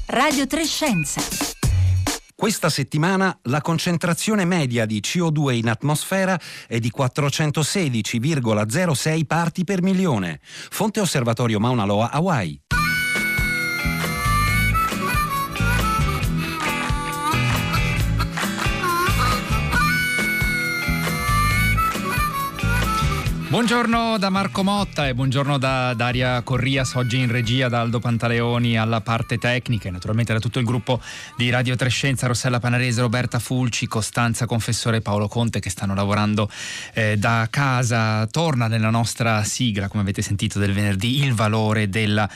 Radio 3 Scienza. Questa settimana la concentrazione media di CO2 in atmosfera è di 416,06 parti per milione. Fonte Osservatorio Mauna Loa, Hawaii. Buongiorno da Marco Motta e buongiorno da Daria Corrias, oggi in regia da Aldo Pantaleoni alla parte tecnica e naturalmente da tutto il gruppo di Radio 3 Scienza, Rossella Panarese, Roberta Fulci, Costanza Confessore e Paolo Conte, che stanno lavorando da casa. Torna nella nostra sigla, come avete sentito, del venerdì, il valore della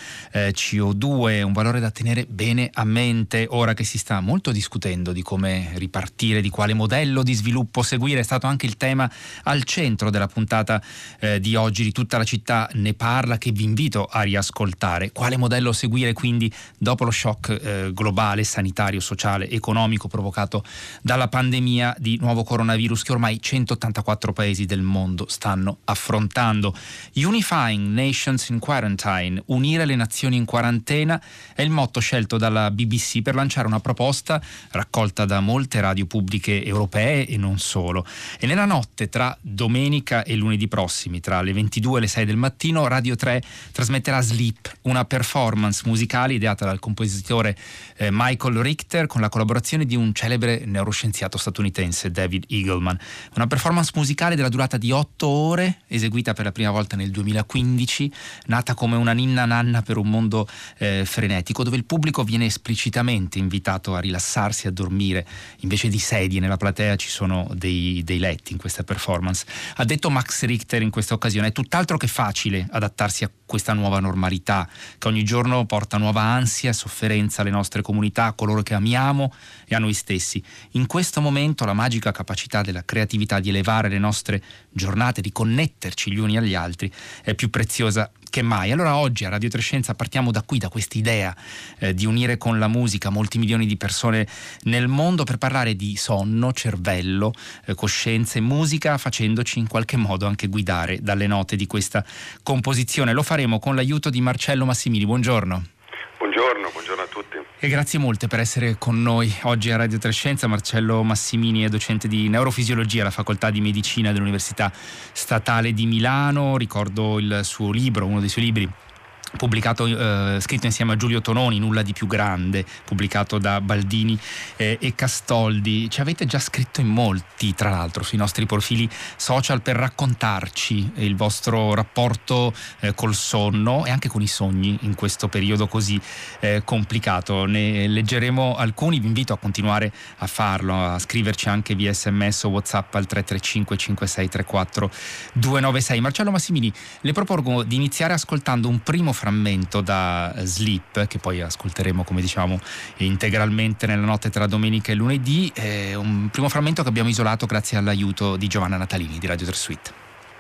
CO2, un valore da tenere bene a mente ora che si sta molto discutendo di come ripartire, di quale modello di sviluppo seguire. È stato anche il tema al centro della puntata di oggi di Tutta la città ne parla, che vi invito a riascoltare. Quale modello seguire quindi dopo lo shock globale, sanitario, sociale, economico provocato dalla pandemia di nuovo coronavirus che ormai 184 paesi del mondo stanno affrontando. Unifying Nations in Quarantine, unire le nazioni in quarantena, è il motto scelto dalla BBC per lanciare una proposta raccolta da molte radio pubbliche europee e non solo. E nella notte tra domenica e lunedì prossimi, tra le 22 e le 6 del mattino, Radio 3 trasmetterà Sleep, una performance musicale ideata dal compositore Michael Richter con la collaborazione di un celebre neuroscienziato statunitense, David Eagleman. Una performance musicale della durata di 8 ore, eseguita per la prima volta nel 2015, nata come una ninna nanna per un mondo frenetico, dove il pubblico viene esplicitamente invitato a rilassarsi, a dormire. Invece di sedie nella platea ci sono dei letti in questa performance. Ha detto Max Richter in questa occasione: è tutt'altro che facile adattarsi a questa nuova normalità che ogni giorno porta nuova ansia, sofferenza alle nostre comunità, a coloro che amiamo e a noi stessi. In questo momento la magica capacità della creatività di elevare le nostre giornate, di connetterci gli uni agli altri, è più preziosa che mai. Allora oggi a Radio 3 Scienza partiamo da qui, da quest'idea di unire con la musica molti milioni di persone nel mondo per parlare di sonno, cervello, coscienza e musica, facendoci in qualche modo anche guidare dalle note di questa composizione. Lo faremo con l'aiuto di Marcello Massimini. Buongiorno. Buongiorno a tutti. E grazie molte per essere con noi oggi a Radio 3 Scienza. Marcello Massimini è docente di neurofisiologia alla Facoltà di Medicina dell'Università Statale di Milano. Ricordo il suo libro, uno dei suoi libri, pubblicato, scritto insieme a Giulio Tononi, Nulla di più grande, pubblicato da Baldini e Castoldi. Ci avete già scritto in molti, tra l'altro, sui nostri profili social per raccontarci il vostro rapporto col sonno e anche con i sogni in questo periodo così complicato. Ne leggeremo alcuni, vi invito a continuare a farlo, a scriverci anche via SMS o WhatsApp al 335 5634 296. Marcello Massimini, le propongo di iniziare ascoltando un primo frammento da Sleep, che poi ascolteremo, come diciamo, integralmente nella notte tra domenica e lunedì. Un primo frammento che abbiamo isolato grazie all'aiuto di Giovanna Natalini di Radio 3 Suite.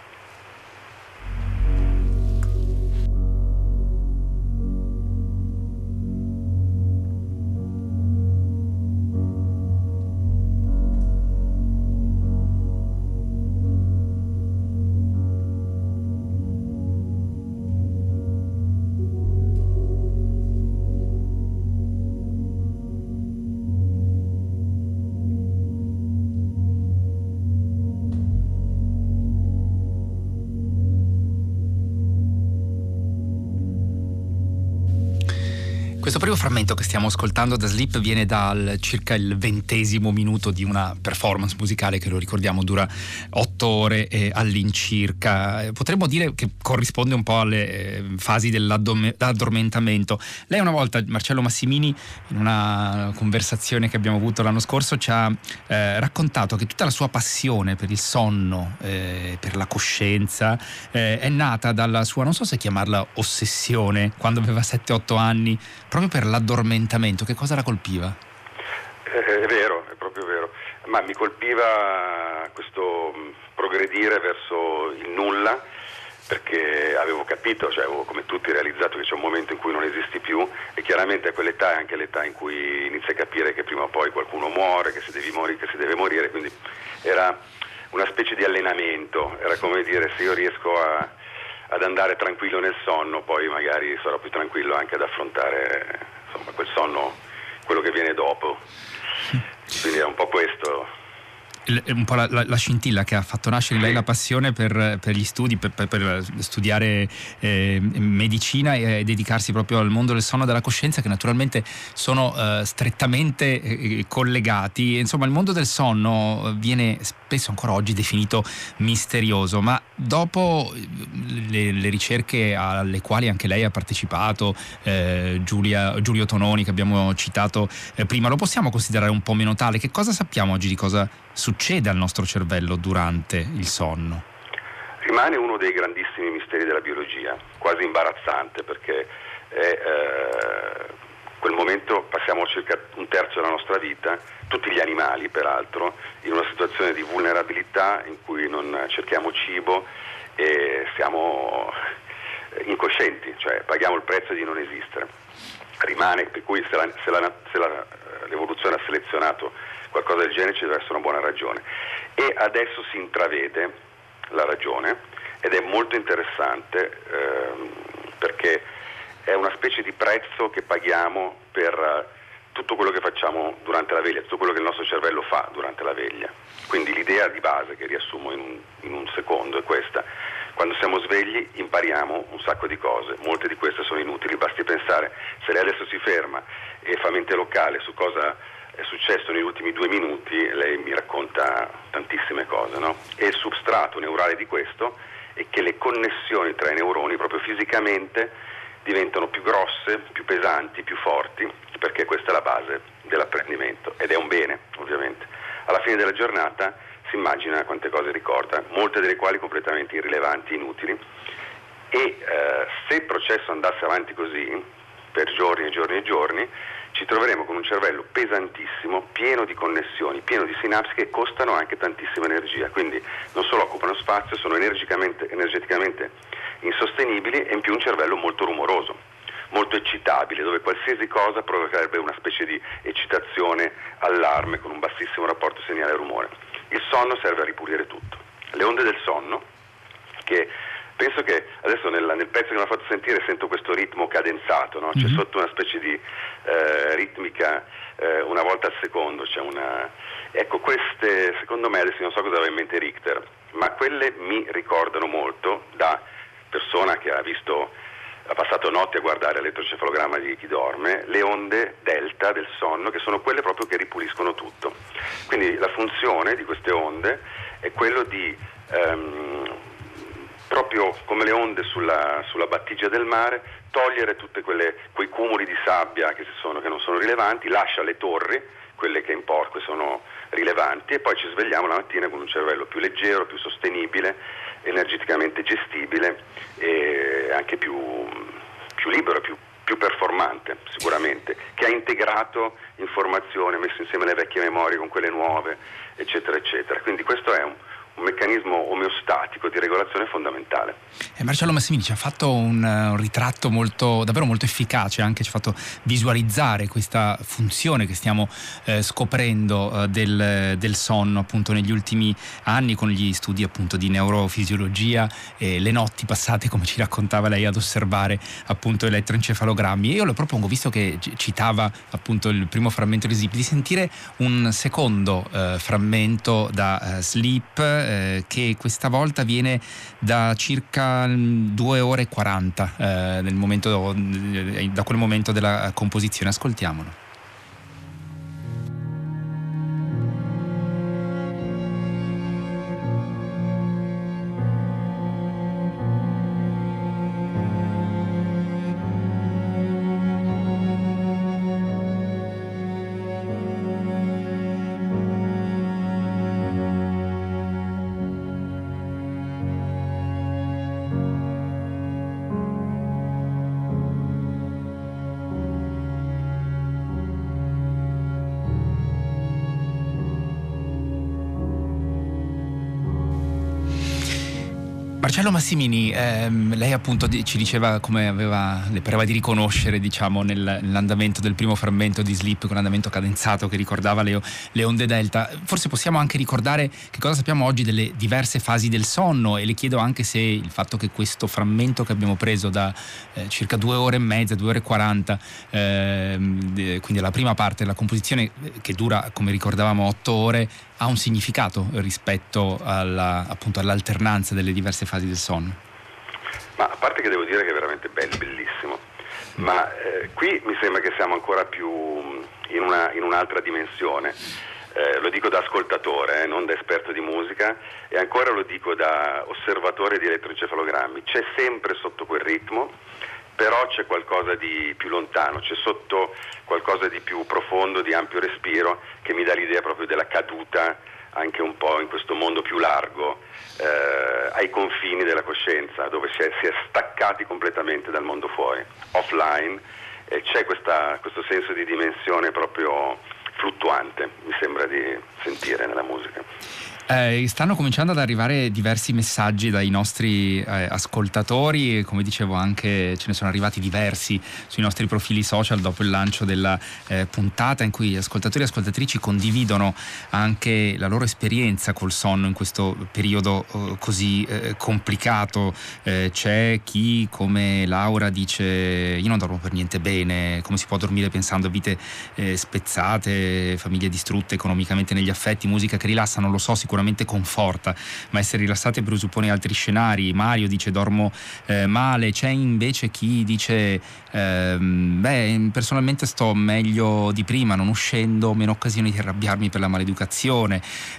Questo primo frammento che stiamo ascoltando da Sleep viene dal circa il 20° minuto di una performance musicale che, lo ricordiamo, dura 8 ore all'incirca. Potremmo dire che corrisponde un po' alle fasi dell'addormentamento. Lei una volta, Marcello Massimini, in una conversazione che abbiamo avuto l'anno scorso, ci ha raccontato che tutta la sua passione per il sonno, per la coscienza, è nata dalla sua, non so se chiamarla ossessione, quando aveva 7-8 anni, proprio per l'addormentamento. Che cosa la colpiva? È vero, è proprio vero, ma mi colpiva questo progredire verso il nulla, perché avevo capito, cioè avevo come tutti realizzato che c'è un momento in cui non esisti più, e chiaramente a quell'età è anche l'età in cui inizi a capire che prima o poi qualcuno muore, che si deve morire, quindi era una specie di allenamento, era come dire: se io riesco ad andare tranquillo nel sonno, poi magari sarò più tranquillo anche ad affrontare, insomma, quel sonno quello che viene dopo. Quindi è un po' questo. Un po' la scintilla che ha fatto nascere in lei la passione per gli studi, per studiare medicina e dedicarsi proprio al mondo del sonno e della coscienza, che naturalmente sono strettamente collegati. Insomma, il mondo del sonno viene spesso ancora oggi definito misterioso, ma dopo le ricerche alle quali anche lei ha partecipato, Giulio Tononi che abbiamo citato prima, lo possiamo considerare un po' meno tale? Che cosa sappiamo oggi di cosa succede al nostro cervello durante il sonno? Rimane uno dei grandissimi misteri della biologia, quasi imbarazzante, perché è quel momento passiamo circa un terzo della nostra vita, tutti gli animali peraltro, in una situazione di vulnerabilità in cui non cerchiamo cibo e siamo incoscienti, cioè paghiamo il prezzo di non esistere. Rimane, per cui se l'evoluzione ha selezionato qualcosa del genere ci deve essere una buona ragione, e adesso si intravede la ragione ed è molto interessante perché è una specie di prezzo che paghiamo per tutto quello che facciamo durante la veglia, tutto quello che il nostro cervello fa durante la veglia. Quindi l'idea di base, che riassumo in un secondo, è questa: quando siamo svegli impariamo un sacco di cose, molte di queste sono inutili, basti pensare, se lei adesso si ferma e fa mente locale su cosa è successo negli ultimi 2 minuti, lei mi racconta tantissime cose, no? E il substrato neurale di questo è che le connessioni tra i neuroni proprio fisicamente diventano più grosse, più pesanti, più forti, perché questa è la base dell'apprendimento ed è un bene, ovviamente. Alla fine della giornata si immagina quante cose ricorda, molte delle quali completamente irrilevanti, inutili, e se il processo andasse avanti così per giorni e giorni e giorni, ci troveremo con un cervello pesantissimo, pieno di connessioni, pieno di sinapsi che costano anche tantissima energia, quindi non solo occupano spazio, sono energeticamente insostenibili, e in più un cervello molto rumoroso, molto eccitabile, dove qualsiasi cosa provocherebbe una specie di eccitazione, allarme, con un bassissimo rapporto segnale-rumore. Il sonno serve a ripulire tutto. Le onde del sonno, che penso che adesso nel pezzo che mi ha fatto sentire sento questo ritmo cadenzato, no? C'è sotto una specie di ritmica una volta al secondo, c'è una... Ecco, queste secondo me, adesso non so cosa aveva in mente Richter, ma quelle mi ricordano molto, da persona che ha passato notti a guardare l'elettrocefalogramma di chi dorme, le onde delta del sonno, che sono quelle proprio che ripuliscono tutto. Quindi la funzione di queste onde è quello di proprio come le onde sulla battigia del mare, togliere tutti quei cumuli di sabbia che non sono rilevanti, lascia le torri, quelle che in porco sono rilevanti, e poi ci svegliamo la mattina con un cervello più leggero, più sostenibile, energeticamente gestibile e anche più libero, più performante sicuramente, che ha integrato informazioni, messo insieme le vecchie memorie con quelle nuove, eccetera eccetera. Quindi questo è un meccanismo omeostatico di regolazione fondamentale. Marcello Massimini ci ha fatto un ritratto davvero molto efficace, anche ci ha fatto visualizzare questa funzione che stiamo scoprendo del sonno appunto negli ultimi anni, con gli studi appunto di neurofisiologia e le notti passate, come ci raccontava lei, ad osservare appunto elettroencefalogrammi. E io le propongo, visto che citava appunto il primo frammento di Sleep, di sentire un secondo frammento da Sleep, che questa volta viene da circa 2 ore e 40 da quel momento della composizione. Ascoltiamolo. Marcello Massimini, lei appunto ci diceva come le pareva di riconoscere, diciamo, nell'andamento del primo frammento di Sleep, con l'andamento cadenzato che ricordava le onde delta. Forse possiamo anche ricordare che cosa sappiamo oggi delle diverse fasi del sonno, e le chiedo anche se il fatto che questo frammento che abbiamo preso da circa 2 ore e mezza, 2 ore e 40, quindi la prima parte della composizione, che dura, come ricordavamo, 8 ore, ha un significato rispetto appunto all'alternanza delle diverse fasi del sonno? Ma a parte che devo dire che è veramente bellissimo, ma qui mi sembra che siamo ancora più in un'altra dimensione. Lo dico da ascoltatore, non da esperto di musica, e ancora lo dico da osservatore di elettroencefalogrammi. C'è sempre sotto quel ritmo, però c'è qualcosa di più lontano, c'è sotto qualcosa di più profondo, di ampio respiro, che mi dà l'idea proprio della caduta anche un po' in questo mondo più largo, ai confini della coscienza, dove si è staccati completamente dal mondo fuori, offline, e c'è questo senso di dimensione proprio fluttuante, mi sembra di sentire nella musica. Stanno cominciando ad arrivare diversi messaggi dai nostri ascoltatori, e come dicevo anche ce ne sono arrivati diversi sui nostri profili social dopo il lancio della puntata, in cui ascoltatori e ascoltatrici condividono anche la loro esperienza col sonno in questo periodo così complicato. C'è chi, come Laura, dice: io non dormo per niente bene, come si può dormire pensando a vite spezzate, famiglie distrutte economicamente, negli affetti, musica che rilassa, non lo so, sicuramente conforta, ma essere rilassati presuppone altri scenari. Mario dice: dormo male. C'è invece chi dice: personalmente sto meglio di prima, non uscendo, ho meno occasioni di arrabbiarmi per la maleducazione.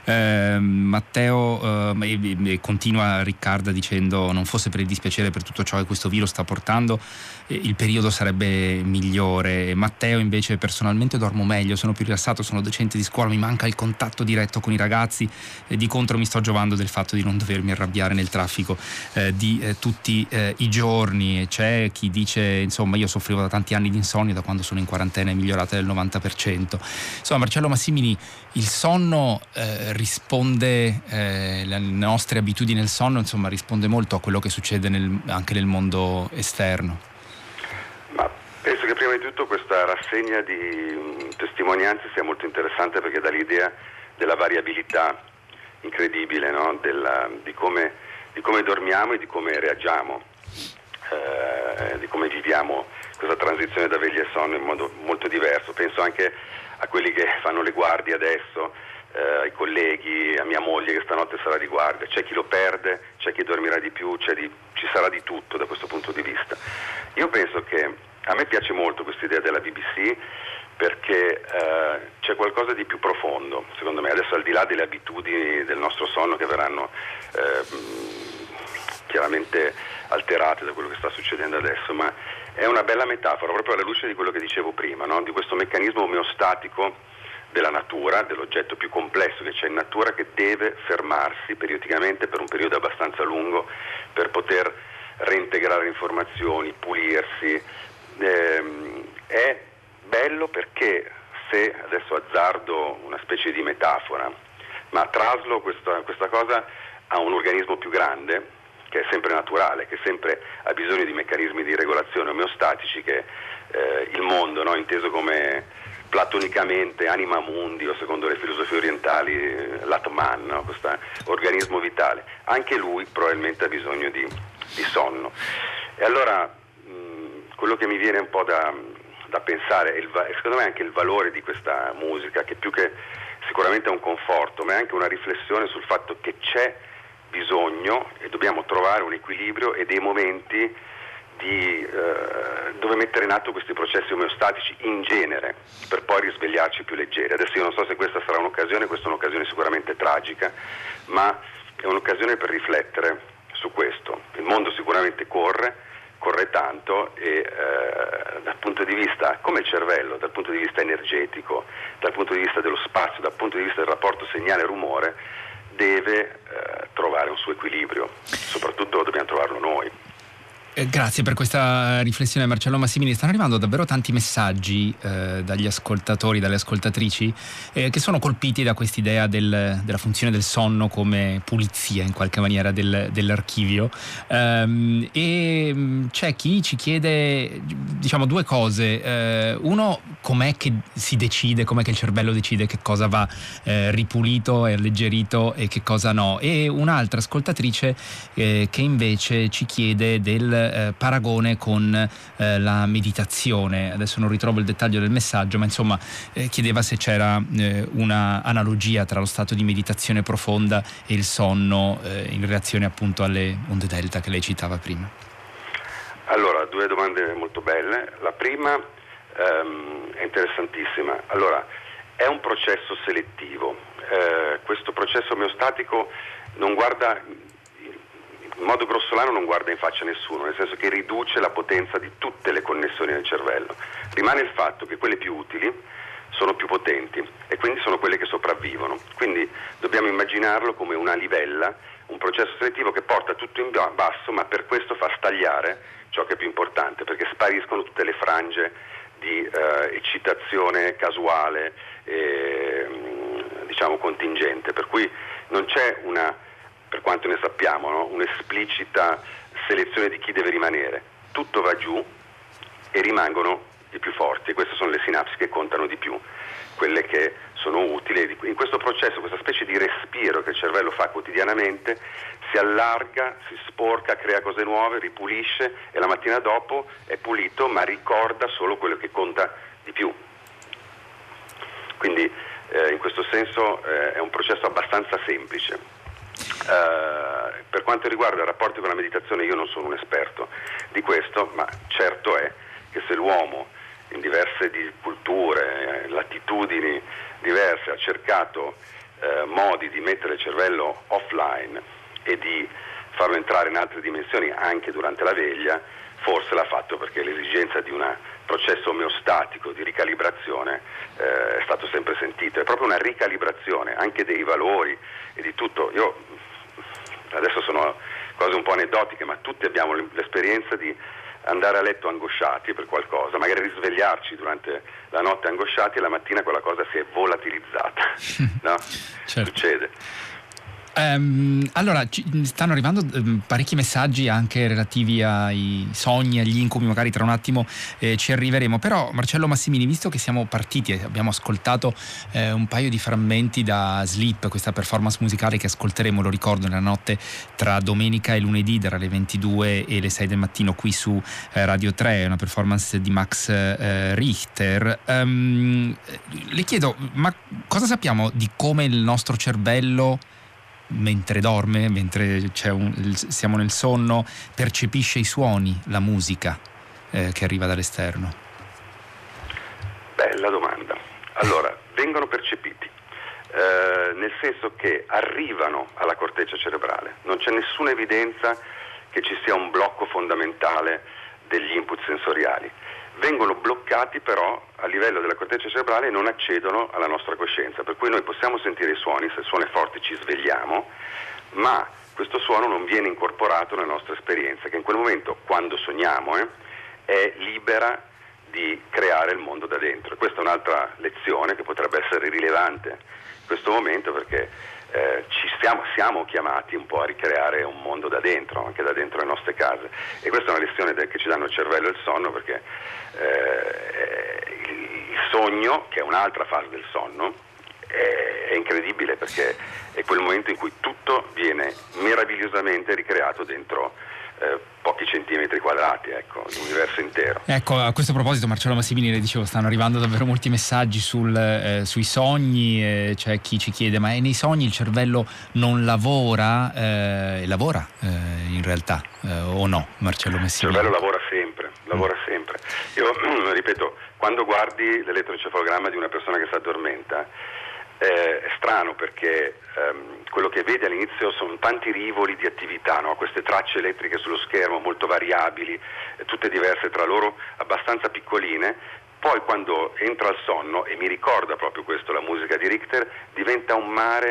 Matteo continua Riccarda dicendo: non fosse per il dispiacere per tutto ciò che questo virus sta portando, il periodo sarebbe migliore. Matteo invece: personalmente dormo meglio, sono più rilassato, sono docente di scuola, mi manca il contatto diretto con i ragazzi, e di contro mi sto giovando del fatto di non dovermi arrabbiare nel traffico di tutti i giorni. E c'è chi dice: insomma, io soffrivo da tanti anni di insonnia, da quando sono in quarantena è migliorata del 90%. Insomma, Marcello Massimini, il sonno risponde, le nostre abitudini nel sonno, insomma, risponde molto a quello che succede anche nel mondo esterno. Ma penso che prima di tutto questa rassegna di testimonianze sia molto interessante, perché dà l'idea della variabilità incredibile, no? di come dormiamo e di come reagiamo, di come viviamo questa transizione da veglia e sonno in modo molto diverso. Penso anche a quelli che fanno le guardie adesso, ai colleghi, a mia moglie che stanotte sarà di guardia. C'è chi lo perde, c'è chi dormirà di più, ci sarà di tutto da questo punto di vista. Io penso che a me piace molto questa idea della BBC, perché c'è qualcosa di più profondo, secondo me, adesso, al di là delle abitudini del nostro sonno che verranno chiaramente alterate da quello che sta succedendo adesso, ma è una bella metafora, proprio alla luce di quello che dicevo prima, no? Di questo meccanismo omeostatico della natura, dell'oggetto più complesso che c'è in natura, che deve fermarsi periodicamente per un periodo abbastanza lungo per poter reintegrare informazioni, pulirsi. È bello perché, se adesso azzardo una specie di metafora, ma traslo questa cosa a un organismo più grande, che è sempre naturale, che sempre ha bisogno di meccanismi di regolazione omeostatici, che il mondo, no? Inteso come platonicamente anima mundi, o secondo le filosofie orientali l'Atman, no? Questo organismo vitale, anche lui probabilmente ha bisogno di sonno. E allora quello che mi viene un po' da pensare, secondo me anche il valore di questa musica, che più che sicuramente è un conforto, ma è anche una riflessione sul fatto che c'è bisogno e dobbiamo trovare un equilibrio e dei momenti dove mettere in atto questi processi omeostatici in genere, per poi risvegliarci più leggeri. Adesso io non so se questa sarà un'occasione, questa è un'occasione sicuramente tragica, ma è un'occasione per riflettere su questo. Il mondo sicuramente corre tanto, e dal punto di vista, come il cervello, dal punto di vista energetico, dal punto di vista dello spazio, dal punto di vista del rapporto segnale-rumore, deve trovare un suo equilibrio. Soprattutto dobbiamo trovarlo noi. Grazie per questa riflessione, Marcello Massimini. Stanno arrivando davvero tanti messaggi dagli ascoltatori, dalle ascoltatrici che sono colpiti da quest'idea della funzione del sonno come pulizia in qualche maniera dell'archivio, e c'è chi ci chiede, diciamo, due cose. Uno, com'è che si decide, com'è che il cervello decide che cosa va ripulito e alleggerito e che cosa no, e un'altra ascoltatrice che invece ci chiede del paragone con la meditazione. Adesso non ritrovo il dettaglio del messaggio, ma insomma chiedeva se c'era una analogia tra lo stato di meditazione profonda e il sonno in reazione appunto alle onde delta che lei citava prima. Allora, due domande molto belle. La prima è interessantissima. Allora, è un processo selettivo. Questo processo omeostatico non guarda, in modo grossolano, non guarda in faccia a nessuno, nel senso che riduce la potenza di tutte le connessioni del cervello. Rimane il fatto che quelle più utili sono più potenti e quindi sono quelle che sopravvivono. Quindi dobbiamo immaginarlo come una livella, un processo selettivo che porta tutto in basso, ma per questo fa stagliare ciò che è più importante, perché spariscono tutte le frange di eccitazione casuale, diciamo contingente, per cui non c'è per quanto ne sappiamo, no? Un'esplicita selezione di chi deve rimanere. Tutto va giù e rimangono i più forti, e queste sono le sinapsi che contano di più, quelle che sono utili. In questo processo, questa specie di respiro che il cervello fa quotidianamente, si allarga, si sporca, crea cose nuove, ripulisce, e la mattina dopo è pulito, ma ricorda solo quello che conta di più. Quindi in questo senso è un processo abbastanza semplice. Per quanto riguarda i rapporti con la meditazione, io non sono un esperto di questo, ma certo è che se l'uomo in diverse culture, latitudini diverse, ha cercato modi di mettere il cervello offline e di farlo entrare in altre dimensioni anche durante la veglia, forse l'ha fatto perché l'esigenza di un processo omeostatico di ricalibrazione è stato sempre sentito. È proprio una ricalibrazione anche dei valori e di tutto. Io adesso sono cose un po' aneddotiche, ma tutti abbiamo l'esperienza di andare a letto angosciati per qualcosa, magari risvegliarci durante la notte angosciati e la mattina quella cosa si è volatilizzata, no? Certo. Succede. Allora, stanno arrivando parecchi messaggi anche relativi ai sogni, agli incubi, magari tra un attimo ci arriveremo, però Marcello Massimini, visto che siamo partiti e abbiamo ascoltato un paio di frammenti da Sleep, questa performance musicale che ascolteremo, lo ricordo, nella notte tra domenica e lunedì tra le 22 e le 6 del mattino qui su Radio 3, è una performance di Max Richter. Le chiedo, ma cosa sappiamo di come il nostro cervello, mentre dorme, mentre siamo nel sonno, percepisce i suoni, la musica che arriva dall'esterno? Bella domanda. Allora, vengono percepiti, nel senso che arrivano alla corteccia cerebrale. Non c'è nessuna evidenza che ci sia un blocco fondamentale degli input sensoriali. Vengono bloccati però a livello della corteccia cerebrale e non accedono alla nostra coscienza, per cui noi possiamo sentire i suoni, se il suono è forte ci svegliamo, ma questo suono non viene incorporato nella nostra esperienza, che in quel momento, quando sogniamo, è libera di creare il mondo da dentro. E questa è un'altra lezione che potrebbe essere rilevante in questo momento, perché siamo chiamati un po' a ricreare un mondo da dentro, anche da dentro le nostre case, e questa è una lezione che ci danno il cervello e il sonno, perché il sogno, che è un'altra fase del sonno, è incredibile, perché è quel momento in cui tutto viene meravigliosamente ricreato dentro pochi centimetri quadrati, ecco, l'universo intero. Ecco, a questo proposito, Marcello Massimini, le dicevo, stanno arrivando davvero molti messaggi sui sogni, c'è chi ci chiede, ma nei sogni il cervello non lavora? Lavora in realtà, o no, Marcello Massimini? Il cervello lavora sempre. Io ripeto, quando guardi l'elettroencefalogramma di una persona che si addormenta, è strano, perché quello che vedi all'inizio sono tanti rivoli di attività, no? Queste tracce elettriche sullo schermo molto variabili, tutte diverse tra loro, abbastanza piccoline. Poi quando entra al sonno, e mi ricorda proprio questo la musica di Richter, diventa un mare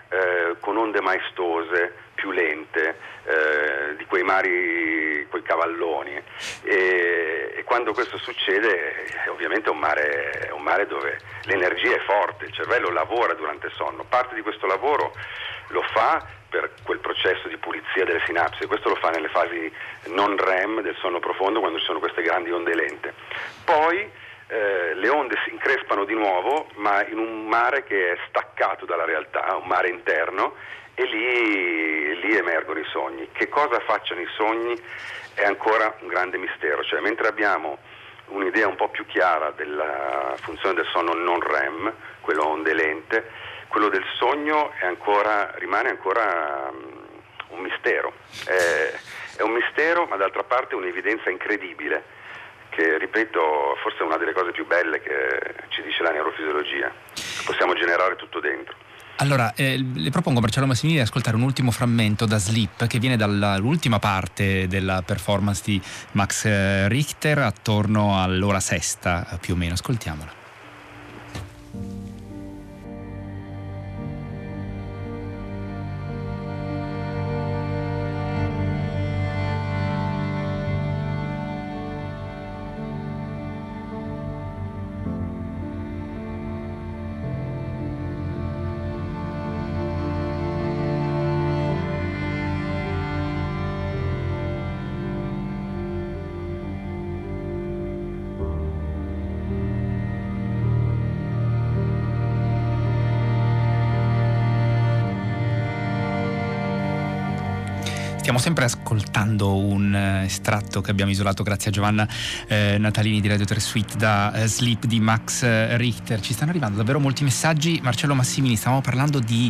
con onde maestose, più lente, di quei mari, quei cavalloni, e quando questo succede ovviamente è un mare dove l'energia è forte, il cervello lavora durante il sonno, parte di questo lavoro lo fa per quel processo di pulizia delle sinapsi, questo lo fa nelle fasi non REM del sonno profondo, quando ci sono queste grandi onde lente. Poi le onde si increspano di nuovo, ma in un mare che è staccato dalla realtà, un mare interno, e lì emergono i sogni. Che cosa facciano i sogni è ancora un grande mistero, cioè mentre abbiamo un'idea un po' più chiara della funzione del sonno non REM, quello onde lente, quello del sogno rimane ancora un mistero. È un mistero, ma d'altra parte un'evidenza incredibile, che, ripeto, forse è una delle cose più belle che ci dice la neurofisiologia. Possiamo generare tutto dentro. Allora, le propongo, Marcello Massimini, di ascoltare un ultimo frammento da Sleep, che viene dall'ultima parte della performance di Max Richter, attorno all'ora sesta più o meno. Ascoltiamola. Stiamo sempre ascoltando un estratto che abbiamo isolato grazie a Giovanna Natalini di Radio 3 Suite da Sleep di Max Richter. Ci stanno arrivando davvero molti messaggi. Marcello Massimini, stavamo parlando di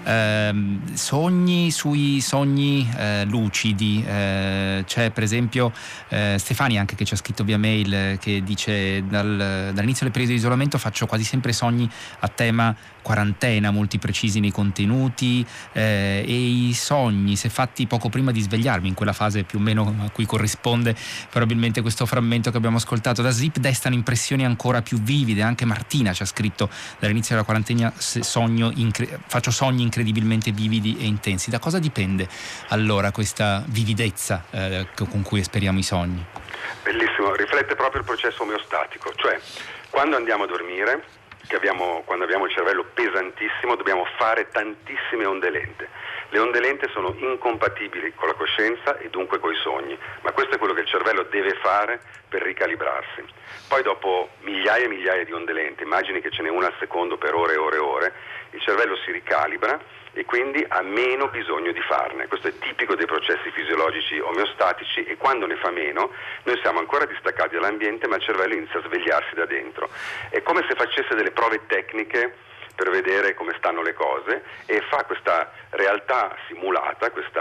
sogni, sui sogni lucidi. C'è per esempio Stefani anche che ci ha scritto via mail, che dice dall'inizio del periodo di isolamento faccio quasi sempre sogni a tema quarantena, molti precisi nei contenuti, e i sogni, se fatti poco prima di svegliarmi, in quella fase più o meno a cui corrisponde probabilmente questo frammento che abbiamo ascoltato da Sleep, destano impressioni ancora più vivide. Anche Martina ci ha scritto dall'inizio della quarantena faccio sogni incredibilmente vividi e intensi. Da cosa dipende allora questa vividezza con cui esperiamo i sogni? Bellissimo, riflette proprio il processo omeostatico, cioè quando andiamo a dormire, quando abbiamo il cervello pesantissimo, dobbiamo fare tantissime onde lente. Le onde lente sono incompatibili con la coscienza e dunque con i sogni, ma questo è quello che il cervello deve fare per ricalibrarsi. Poi dopo migliaia e migliaia di onde lente, immagini che ce n'è una al secondo per ore e ore e ore, il cervello si ricalibra e quindi ha meno bisogno di farne. Questo è tipico dei processi fisiologici omeostatici, e quando ne fa meno noi siamo ancora distaccati dall'ambiente, ma il cervello inizia a svegliarsi da dentro. È come se facesse delle prove tecniche per vedere come stanno le cose, e fa questa realtà simulata, questa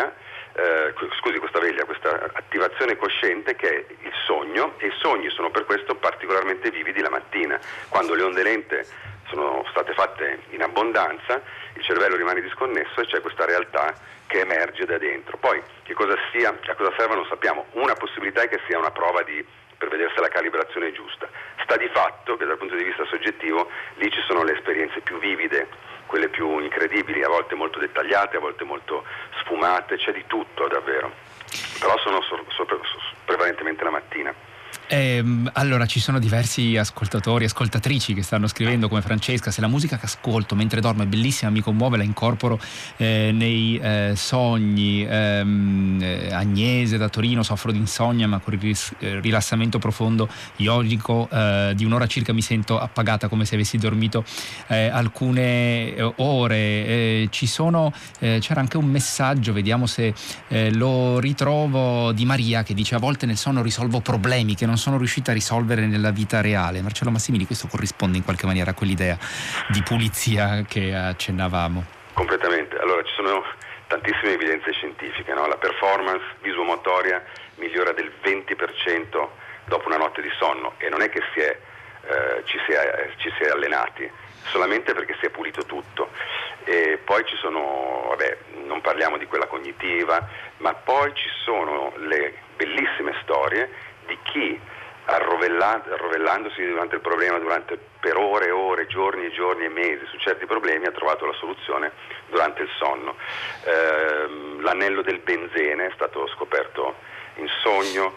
attivazione cosciente che è il sogno, e i sogni sono per questo particolarmente vividi la mattina, quando le onde lente sono state fatte in abbondanza, il cervello rimane disconnesso e c'è questa realtà che emerge da dentro. Poi a cosa serva non sappiamo. Una possibilità è che sia una prova per vedere se la calibrazione è giusta. Sta di fatto che dal punto di vista soggettivo lì ci sono le esperienze più vivide, quelle più incredibili, a volte molto dettagliate, a volte molto sfumate, c'è di tutto davvero, però sono prevalentemente la mattina. Allora ci sono diversi ascoltatori, ascoltatrici che stanno scrivendo, come Francesca: se la musica che ascolto mentre dormo è bellissima, mi commuove, la incorporo nei sogni. Agnese da Torino: soffro di insonnia, ma con il rilassamento profondo yogico di un'ora circa mi sento appagata, come se avessi dormito alcune ore. C'era anche un messaggio, vediamo se lo ritrovo, di Maria, che dice: a volte nel sonno risolvo problemi che non sono riuscita a risolvere nella vita reale. Marcello Massimini, questo corrisponde in qualche maniera a quell'idea di pulizia che accennavamo? Completamente. Allora, ci sono tantissime evidenze scientifiche, no? La performance visuomotoria migliora del 20% dopo una notte di sonno, e non è che ci si è allenati, solamente perché si è pulito tutto. E poi ci sono, non parliamo di quella cognitiva, ma poi ci sono le bellissime storie di chi arrovellandosi durante il problema per ore e ore, giorni e giorni e mesi su certi problemi, ha trovato la soluzione durante il sonno. L'anello del benzene è stato scoperto in sogno,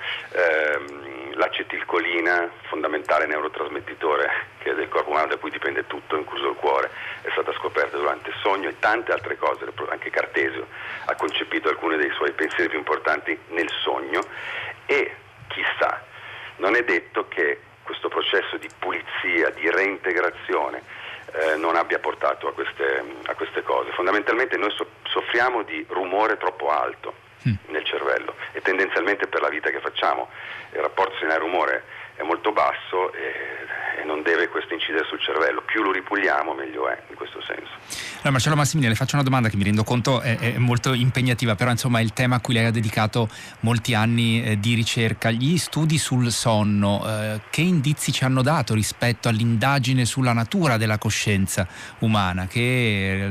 l'acetilcolina, fondamentale neurotrasmettitore che è del corpo umano, da cui dipende tutto, incluso il cuore, è stata scoperta durante il sogno, e tante altre cose. Anche Cartesio ha concepito alcuni dei suoi pensieri più importanti nel sogno, e chissà, non è detto che questo processo di pulizia, di reintegrazione non abbia portato a queste cose. Fondamentalmente noi soffriamo di rumore troppo alto nel cervello, e tendenzialmente per la vita che facciamo il rapporto segnale-rumore è molto basso, e non deve questo incidere sul cervello. Più lo ripuliamo meglio è, in questo senso. Allora, Marcello Massimini, le faccio una domanda che mi rendo conto è molto impegnativa, però insomma è il tema a cui lei ha dedicato molti anni di ricerca. Gli studi sul sonno, che indizi ci hanno dato rispetto all'indagine sulla natura della coscienza umana, che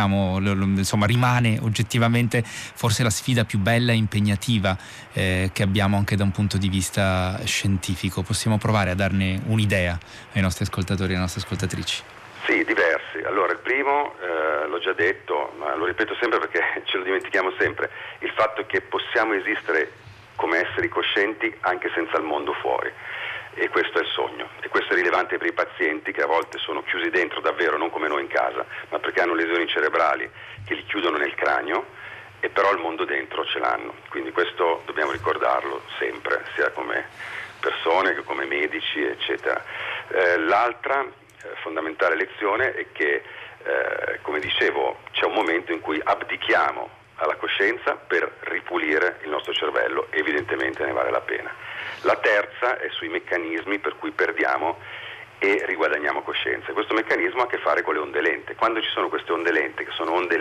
rimane oggettivamente forse la sfida più bella e impegnativa che abbiamo anche da un punto di vista scientifico? Possiamo provare a darne un'idea ai nostri ascoltatori e alle nostre ascoltatrici? Sì, diversi. Allora, il primo, l'ho già detto, ma lo ripeto sempre perché ce lo dimentichiamo sempre, il fatto che possiamo esistere come esseri coscienti anche senza il mondo fuori, e questo è il sogno, e questo è rilevante per i pazienti che a volte sono chiusi dentro davvero, non come noi in casa, ma perché hanno lesioni cerebrali che li chiudono nel cranio, e però il mondo dentro ce l'hanno. Quindi questo dobbiamo ricordarlo sempre, sia come persone che come medici, eccetera. L'altra fondamentale lezione è che, come dicevo, c'è un momento in cui abdichiamo alla coscienza per ripulire il nostro cervello, evidentemente ne vale la pena. La terza è sui meccanismi per cui perdiamo e riguadagniamo coscienza. Questo meccanismo ha a che fare con le onde lente. Quando ci sono queste onde lente, che sono onde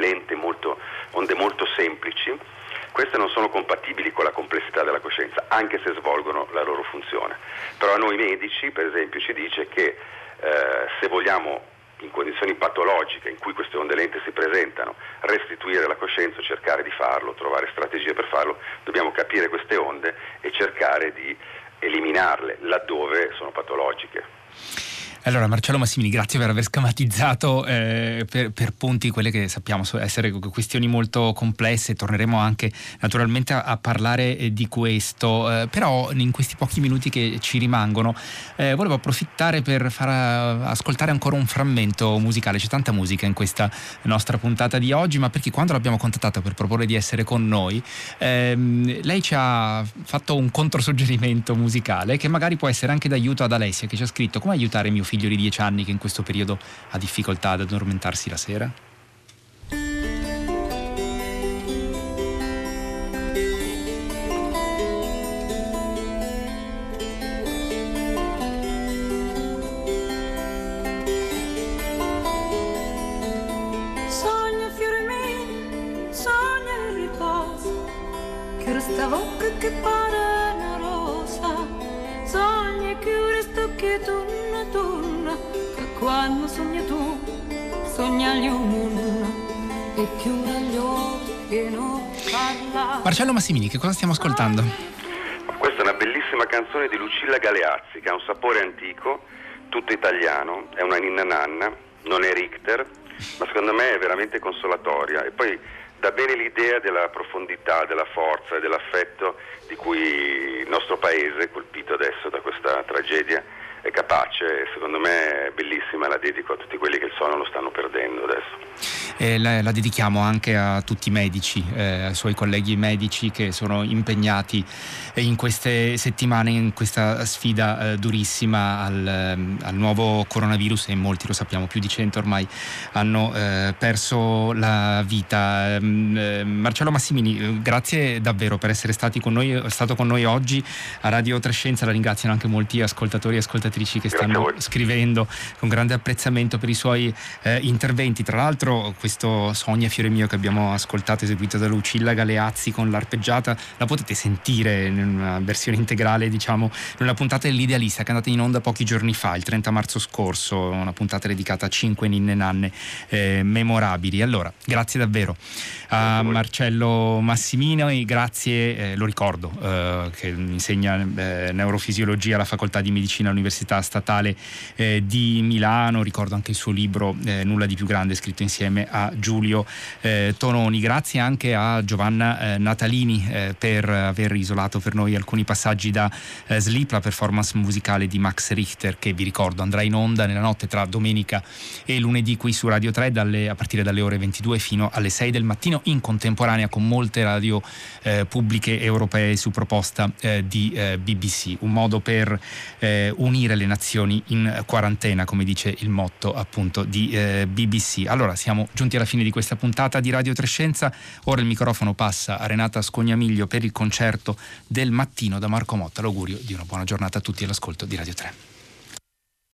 molto semplici, queste non sono compatibili con la complessità della coscienza, anche se svolgono la loro funzione. Però a noi medici, per esempio, ci dice che se vogliamo, in condizioni patologiche in cui queste onde lente si presentano, restituire la coscienza, cercare di farlo, trovare strategie per farlo, dobbiamo capire queste onde e cercare di eliminarle laddove sono patologiche. Allora, Marcello Massimini, grazie per aver schematizzato per punti quelle che sappiamo essere questioni molto complesse. Torneremo anche naturalmente a parlare di questo, però in questi pochi minuti che ci rimangono volevo approfittare per far ascoltare ancora un frammento musicale. C'è tanta musica in questa nostra puntata di oggi, ma perché quando l'abbiamo contattata per proporre di essere con noi, lei ci ha fatto un controsuggerimento musicale che magari può essere anche d'aiuto ad Alessia, che ci ha scritto: come aiutare mio figlio di 10 anni che in questo periodo ha difficoltà ad addormentarsi la sera? Sogna fiori miei, sogna il riposo, che questa bocca che pare una rosa, sogna che resto che tu quando sogna tu, sogna gli uomini e chiude gli occhi e non parla. Marcello Massimini, che cosa stiamo ascoltando? Questa è una bellissima canzone di Lucilla Galeazzi che ha un sapore antico, tutto italiano, è una ninna nanna, non è Richter, ma secondo me è veramente consolatoria, e poi dà bene l'idea della profondità, della forza e dell'affetto di cui il nostro paese, colpito adesso da questa tragedia, è capace. Secondo me è bellissima, la dedico a tutti quelli che il sonno lo stanno perdendo adesso. La dedichiamo anche a tutti i medici, ai suoi colleghi medici che sono impegnati in queste settimane in questa sfida durissima al nuovo coronavirus, e molti, lo sappiamo, più di 100 ormai hanno perso la vita. Marcello Massimini, grazie davvero per essere stato con noi oggi a Radio Trescenza. La ringraziano anche molti ascoltatori e ascoltatrici che stanno scrivendo con grande apprezzamento per i suoi interventi. Tra l'altro questo Sogna fiore mio che abbiamo ascoltato, eseguito da Lucilla Galeazzi con l'arpeggiata, la potete sentire in una versione integrale, diciamo, in una puntata dell'Idealista che è andata in onda pochi giorni fa, il 30 marzo scorso, una puntata dedicata a 5 ninne nanne memorabili. Allora, grazie davvero a Marcello Massimino e grazie, lo ricordo, che insegna neurofisiologia alla Facoltà di Medicina all'Università Statale di Milano. Ricordo anche il suo libro Nulla di più grande, scritto insieme a Giulio Tononi. Grazie anche a Giovanna Natalini per aver isolato per noi alcuni passaggi da Sleep, la performance musicale di Max Richter, che vi ricordo andrà in onda nella notte tra domenica e lunedì qui su Radio 3 a partire dalle ore 22 fino alle 6 del mattino, in contemporanea con molte radio pubbliche europee su proposta di BBC. Un modo per unire le nazioni in quarantena, come dice il motto appunto di BBC. Allora, siamo giunti alla fine di questa puntata di Radio Trescenza. Ora il microfono passa a Renata Scognamiglio per il concerto del mattino da Marco Motta. L'augurio di una buona giornata a tutti all'ascolto di Radio 3.